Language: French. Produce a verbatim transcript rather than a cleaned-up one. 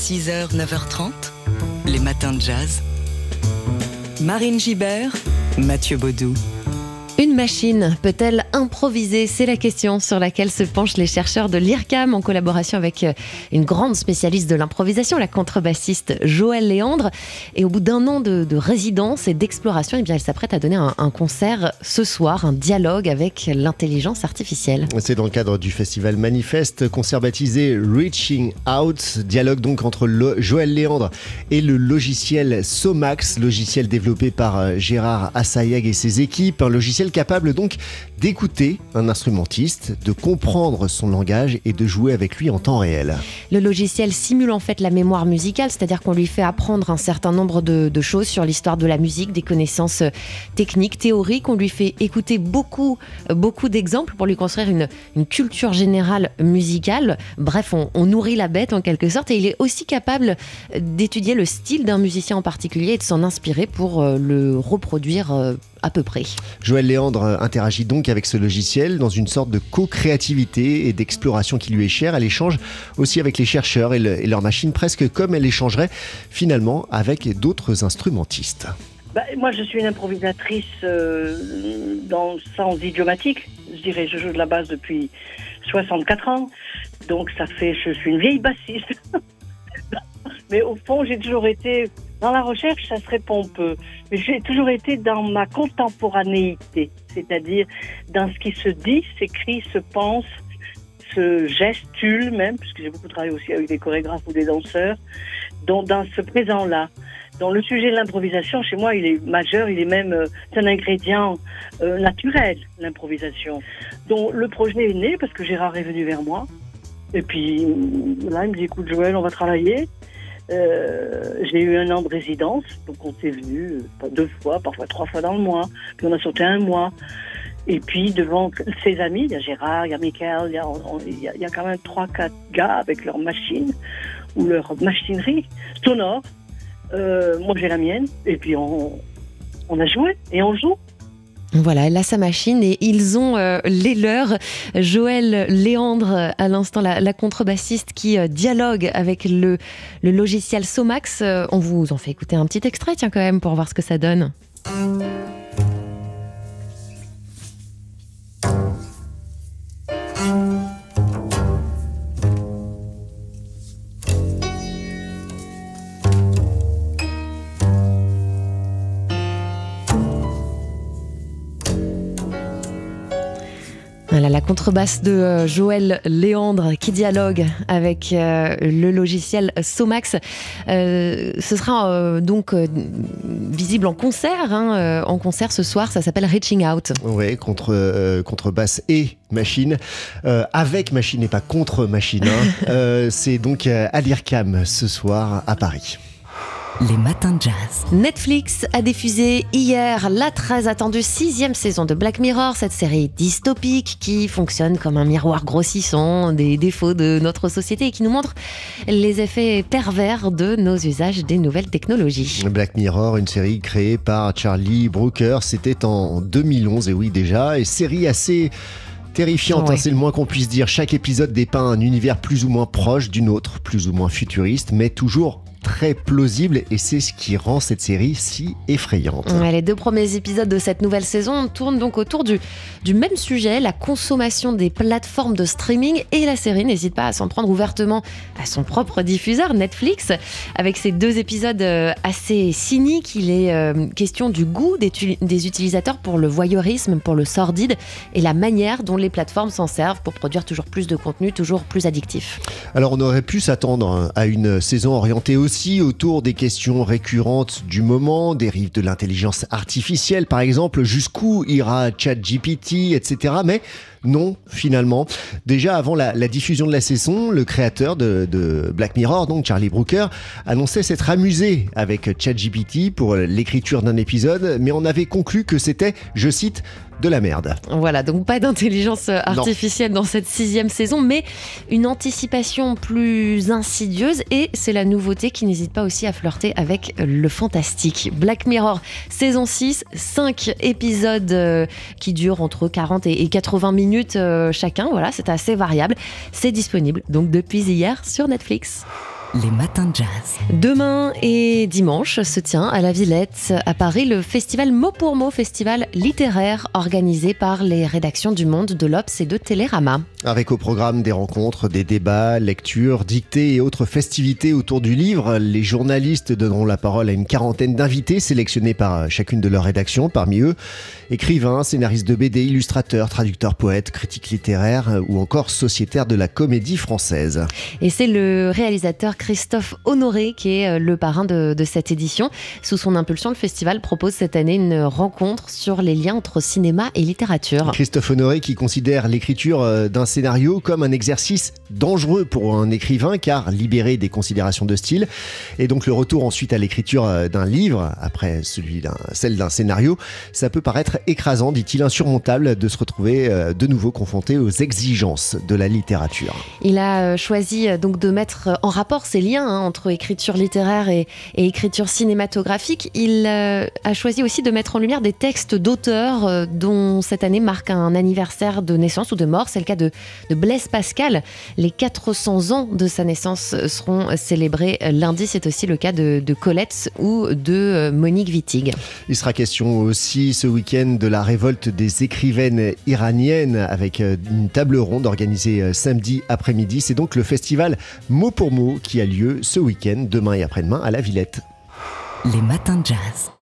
six heures, neuf heures trente, les matins de jazz. Marine Gibert, Mathieu Baudou. Une machine peut-elle improviser ? C'est la question sur laquelle se penchent les chercheurs de l'I R C A M en collaboration avec une grande spécialiste de l'improvisation, la contrebassiste Joëlle Léandre. Et au bout d'un an de, de résidence et d'exploration, eh bien, elle s'apprête à donner un, un concert ce soir, un dialogue avec l'intelligence artificielle. C'est dans le cadre du festival Manifeste, concert baptisé Reaching Out. Dialogue donc entre le, Joëlle Léandre et le logiciel Somax, logiciel développé par Gérard Assayag et ses équipes. Un logiciel capable donc d'écouter un instrumentiste, de comprendre son langage et de jouer avec lui en temps réel. Le logiciel simule en fait la mémoire musicale, c'est-à-dire qu'on lui fait apprendre un certain nombre de, de choses sur l'histoire de la musique, des connaissances techniques, théoriques. On lui fait écouter beaucoup, beaucoup d'exemples pour lui construire une, une culture générale musicale. Bref, on, on nourrit la bête en quelque sorte, et il est aussi capable d'étudier le style d'un musicien en particulier et de s'en inspirer pour le reproduire à peu près. Joëlle Léandre interagit donc avec ce logiciel dans une sorte de co-créativité et d'exploration qui lui est chère. Elle échange aussi avec les chercheurs et, le, et leurs machines, presque comme elle échangerait finalement avec d'autres instrumentistes. Bah, moi, je suis une improvisatrice euh, dans le sens idiomatique. Je dirais, je joue de la basse depuis soixante-quatre ans. Donc, ça fait, je suis une vieille bassiste. Mais au fond, j'ai toujours été... Dans la recherche, ça serait pompeux. Mais j'ai toujours été dans ma contemporanéité, c'est-à-dire dans ce qui se dit, s'écrit, se pense, se gestule même, puisque j'ai beaucoup travaillé aussi avec des chorégraphes ou des danseurs, donc dans ce présent-là. Donc le sujet de l'improvisation, chez moi, il est majeur, il est même euh, c'est un ingrédient euh, naturel, l'improvisation. Donc le projet est né parce que Gérard est venu vers moi. Et puis là, il me dit, écoute Joëlle, on va travailler. Euh, j'ai eu un an de résidence, donc on s'est vus euh, deux fois, parfois trois fois dans le mois, puis on a sauté un mois. Et puis devant ses amis, il y a Gérard, il y a Michael, il y a, on, il y a, il y a quand même trois, quatre gars avec leur machine ou leur machinerie sonore. Euh, moi j'ai la mienne, et puis on, on a joué et on joue. Voilà, elle a sa machine et ils ont euh, les leurs. Joëlle Léandre, à l'instant, la, la contrebassiste qui euh, dialogue avec le, le logiciel Somax. Euh, on vous en fait écouter un petit extrait, tiens, quand même, pour voir ce que ça donne. Voilà, la contrebasse de euh, Joëlle Léandre qui dialogue avec euh, le logiciel Somax. Euh, ce sera euh, donc euh, visible en concert, hein, euh, en concert ce soir. Ça s'appelle Reaching Out. Oui, contre, euh, contrebasse et machine, euh, avec machine et pas contre machine. Hein. euh, c'est donc euh, à l'I R C A M ce soir à Paris. Les matins de jazz. Netflix a diffusé hier la très attendue sixième saison de Black Mirror, cette série dystopique qui fonctionne comme un miroir grossissant des défauts de notre société et qui nous montre les effets pervers de nos usages des nouvelles technologies. Black Mirror, une série créée par Charlie Brooker, c'était en deux mille onze, et oui déjà, et série assez... terrifiante, ouais. hein, c'est le moins qu'on puisse dire. Chaque épisode dépeint un univers plus ou moins proche du nôtre, plus ou moins futuriste, mais toujours très plausible, et c'est ce qui rend cette série si effrayante. Ouais, les deux premiers épisodes de cette nouvelle saison tournent donc autour du, du même sujet, la consommation des plateformes de streaming, et la série n'hésite pas à s'en prendre ouvertement à son propre diffuseur, Netflix. Avec ces deux épisodes assez cyniques, il est euh, question du goût des, tu- des utilisateurs pour le voyeurisme, pour le sordide, et la manière dont les plateformes s'en servent pour produire toujours plus de contenu, toujours plus addictif. Alors on aurait pu s'attendre à une saison orientée aussi autour des questions récurrentes du moment, dérive de l'intelligence artificielle par exemple, jusqu'où ira ChatGPT, et cetera. Mais non, finalement. Déjà avant la, la diffusion de la saison, le créateur de, de Black Mirror, donc Charlie Brooker, annonçait s'être amusé avec ChatGPT pour l'écriture d'un épisode, mais on avait conclu que c'était, je cite, de la merde. Voilà, donc pas d'intelligence artificielle non. dans cette sixième saison, mais une anticipation plus insidieuse, et c'est la nouveauté qui n'hésite pas aussi à flirter avec le fantastique. Black Mirror, saison six, cinq épisodes euh, qui durent entre quarante et quatre-vingts minutes euh, chacun, voilà, c'est assez variable. C'est disponible donc depuis hier sur Netflix. Les matins de jazz. Demain et dimanche se tient à la Villette, à Paris, le festival Mot pour Mot, festival littéraire organisé par les rédactions du Monde, de l'Obs et de Télérama. Avec au programme des rencontres, des débats, lectures, dictées et autres festivités autour du livre, les journalistes donneront la parole à une quarantaine d'invités sélectionnés par chacune de leurs rédactions. Parmi eux, écrivains, scénaristes de B D, illustrateurs, traducteurs, poètes, critiques littéraires ou encore sociétaires de la comédie française. Et c'est le réalisateur Christophe Honoré qui est le parrain de, de cette édition. Sous son impulsion, le festival propose cette année une rencontre sur les liens entre cinéma et littérature. Christophe Honoré qui considère l'écriture d'un scénario comme un exercice dangereux pour un écrivain car libéré des considérations de style. Et donc le retour ensuite à l'écriture d'un livre, après celui d'un, celle d'un scénario, ça peut paraître écrasant, dit-il, insurmontable de se retrouver de nouveau confronté aux exigences de la littérature. Il a choisi donc de mettre en rapport ces liens hein, entre écriture littéraire et, et écriture cinématographique. Il euh, a choisi aussi de mettre en lumière des textes d'auteurs euh, dont cette année marque un anniversaire de naissance ou de mort. C'est le cas de, de Blaise Pascal. Les quatre cents ans de sa naissance seront célébrés lundi. C'est aussi le cas de, de Colette ou de euh, Monique Wittig. Il sera question aussi ce week-end de la révolte des écrivaines iraniennes avec une table ronde organisée samedi après-midi. C'est donc le festival Mot pour Mot qui a lieu ce week-end, demain et après-demain à la Villette. Les matins de jazz.